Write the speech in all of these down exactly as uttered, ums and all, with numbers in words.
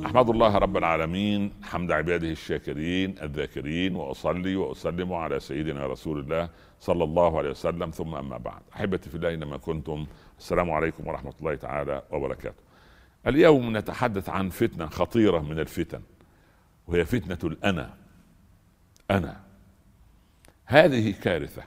أحمد الله رب العالمين حمد عباده الشاكرين الذاكرين، وأصلي وأسلم على سيدنا رسول الله صلى الله عليه وسلم، ثم أما بعد. أحبتي في الله إنما كنتم، السلام عليكم ورحمة الله تعالى وبركاته. اليوم نتحدث عن فتنة خطيرة من الفتن، وهي فتنة الأنا. أنا هذه كارثة.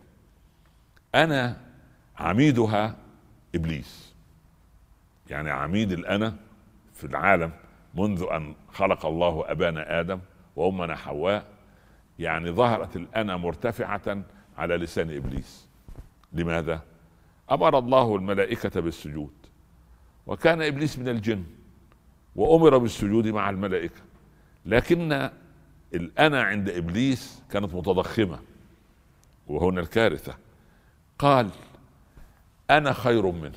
أنا عميدها إبليس، يعني عميد الأنا في العالم منذ أن خلق الله أبانا آدم وأمنا حواء، يعني ظهرت الأنا مرتفعة على لسان إبليس. لماذا؟ أمر الله الملائكة بالسجود، وكان إبليس من الجن وأمر بالسجود مع الملائكة، لكن الأنا عند إبليس كانت متضخمة، وهنا الكارثة. قال أنا خير منه.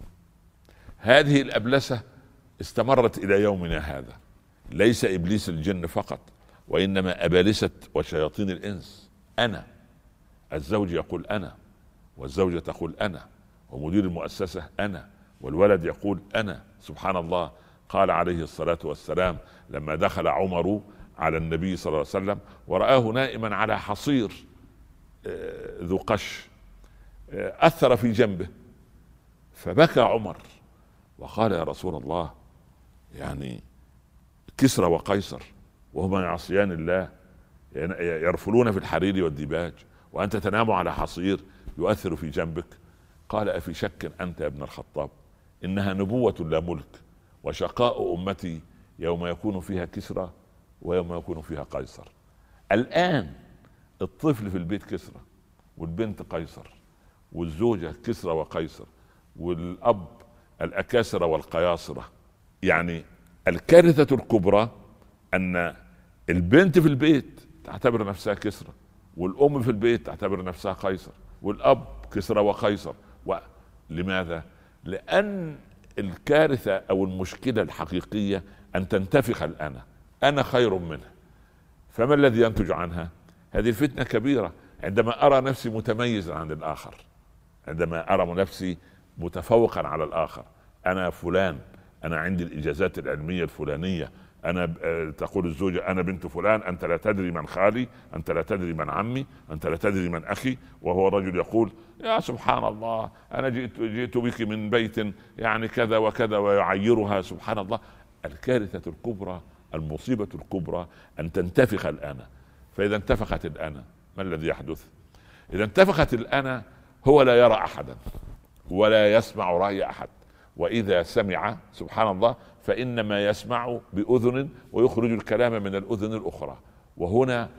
هذه الأبلسة استمرت إلى يومنا هذا. ليس إبليس الجن فقط، وإنما أبالسة وشياطين الإنس. أنا الزوج يقول أنا، والزوجة تقول أنا، ومدير المؤسسة أنا، والولد يقول أنا. سبحان الله. قال عليه الصلاة والسلام لما دخل عمر على النبي صلى الله عليه وسلم ورآه نائما على حصير ذو قش أثر في جنبه، فبكى عمر وقال يا رسول الله، يعني كسرى وقيصر وهما يعصيان الله يرفلون في الحرير والديباج، وأنت تنام على حصير يؤثر في جنبك. قال أفي شك أنت يا ابن الخطاب؟ إنها نبوة لا ملك، وشقاء أمتي يوم يكون فيها كسرى ويوم يكون فيها قيصر. الآن الطفل في البيت كسرى، والبنت قيصر، والزوجة كسرى وقيصر، والأب الأكاسرة والقياصرة. يعني الكارثة الكبرى أن البنت في البيت تعتبر نفسها كسرى، والأم في البيت تعتبر نفسها قيصر، والأب كسرى وقيصر. ولماذا؟ لأن الكارثة أو المشكلة الحقيقية أن تنتفخ الأنا. أنا خير منه. فما الذي ينتج عنها؟ هذه الفتنة كبيرة. عندما أرى نفسي متميزا عن الآخر، عندما أرى نفسي متفوقا على الآخر، أنا فلان، أنا عندي الإجازات العلمية الفلانية، أنا تقول الزوجة أنا بنت فلان، أنت لا تدري من خالي، أنت لا تدري من عمي، أنت لا تدري من أخي. وهو رجل يقول يا سبحان الله أنا جئت, جئت بك من بيت يعني كذا وكذا، ويعيرها. سبحان الله. الكارثة الكبرى، المصيبة الكبرى أن تنتفخ الأنا. فإذا انتفخت الأنا ما الذي يحدث؟ إذا انتفخت الأنا هو لا يرى أحدا ولا يسمع رأي أحد، وإذا سمع سبحان الله فإنما يسمع بأذن ويخرج الكلام من الأذن الأخرى، وهنا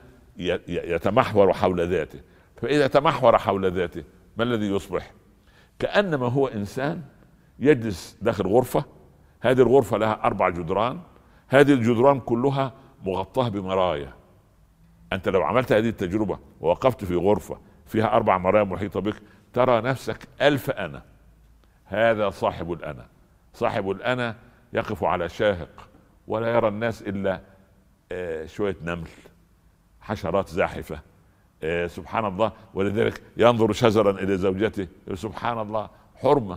يتمحور حول ذاته. فإذا تمحور حول ذاته ما الذي يصبح؟ كأنما هو إنسان يجلس داخل غرفة، هذه الغرفة لها أربع جدران، هذه الجدران كلها مغطاة بمرايا. أنت لو عملت هذه التجربة ووقفت في غرفة فيها أربع مرايا محيطة بك ترى نفسك ألف أنا. هذا صاحب الأنا. صاحب الأنا يقف على شاهق ولا يرى الناس إلا شوية نمل، حشرات زاحفة. سبحان الله. ولذلك ينظر شزرا إلى زوجته، سبحان الله، حرمة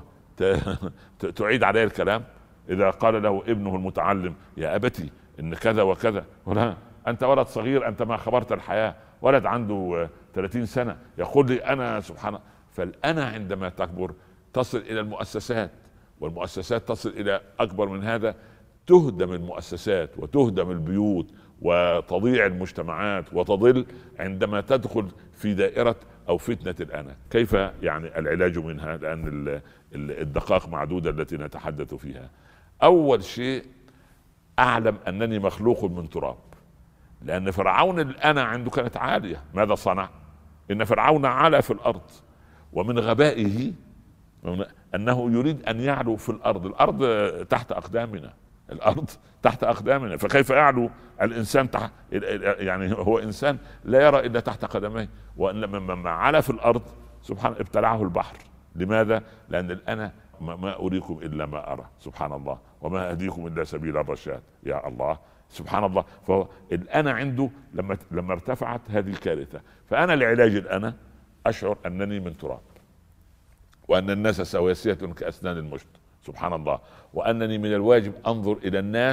تعيد عليه الكلام. إذا قال له ابنه المتعلم يا أبتي إن كذا وكذا، ولا أنت ولد صغير، أنت ما خبرت الحياة. ولد عنده ثلاثين سنة يقول لي أنا. سبحان الله. فالأنا عندما تكبر تصل إلى المؤسسات، والمؤسسات تصل إلى أكبر من هذا، تهدم المؤسسات وتهدم البيوت وتضيع المجتمعات وتضل عندما تدخل في دائرة أو فتنة الأنا. كيف يعني العلاج منها؟ لأن الدقائق معدودة التي نتحدث فيها. أول شيء أعلم أنني مخلوق من تراب، لأن فرعون الأنا عنده كانت عالية. ماذا صنع؟ إن فرعون علا في الأرض، ومن غبائه أنه يريد أن يعلو في الأرض. الأرض تحت أقدامنا، الأرض تحت أقدامنا، فكيف يعلو الإنسان تحت؟ يعني هو إنسان لا يرى إلا تحت قدميه، وإنما علا في الأرض سبحان ابتلعه البحر. لماذا؟ لأن الأنا ما أريكم إلا ما أرى. سبحان الله. وما أهديكم إلا سبيل الرشاد. يا الله. سبحان الله. فهو الأنا عنده لما لما ارتفعت هذه كارثة. فأنا لعلاج الأنا أشعر أنني من تراب، وأن الناس سواسية كأسنان المشط. سبحان الله. وأنني من الواجب أنظر إلى الناس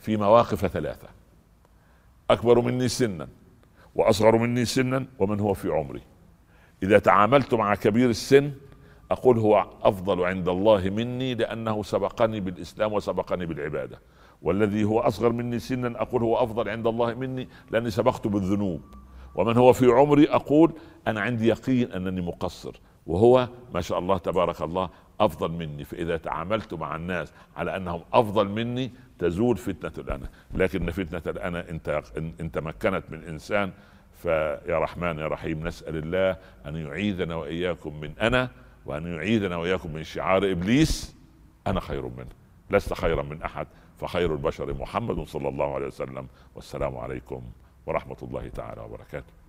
في مواقف ثلاثة: أكبر مني سنا، وأصغر مني سنا، ومن هو في عمري. إذا تعاملت مع كبير السن أقول هو أفضل عند الله مني لأنه سبقني بالإسلام وسبقني بالعبادة، والذي هو أصغر مني سنا أقول هو أفضل عند الله مني لأني سبقت بالذنوب، ومن هو في عمري أقول أنا عندي يقين أنني مقصر وهو ما شاء الله تبارك الله أفضل مني. فإذا تعاملت مع الناس على أنهم أفضل مني تزول فتنة الأنا. لكن فتنة الأنا إن إن تمكنت من إنسان فيا رحمن يا رحيم نسأل الله أن يعيذنا وإياكم من أنا، وأن يعيذنا وإياكم من شعار إبليس: أنا خير منه. لست خيرا من أحد، فخير البشر محمد صلى الله عليه وسلم. والسلام عليكم ورحمة الله تعالى وبركاته.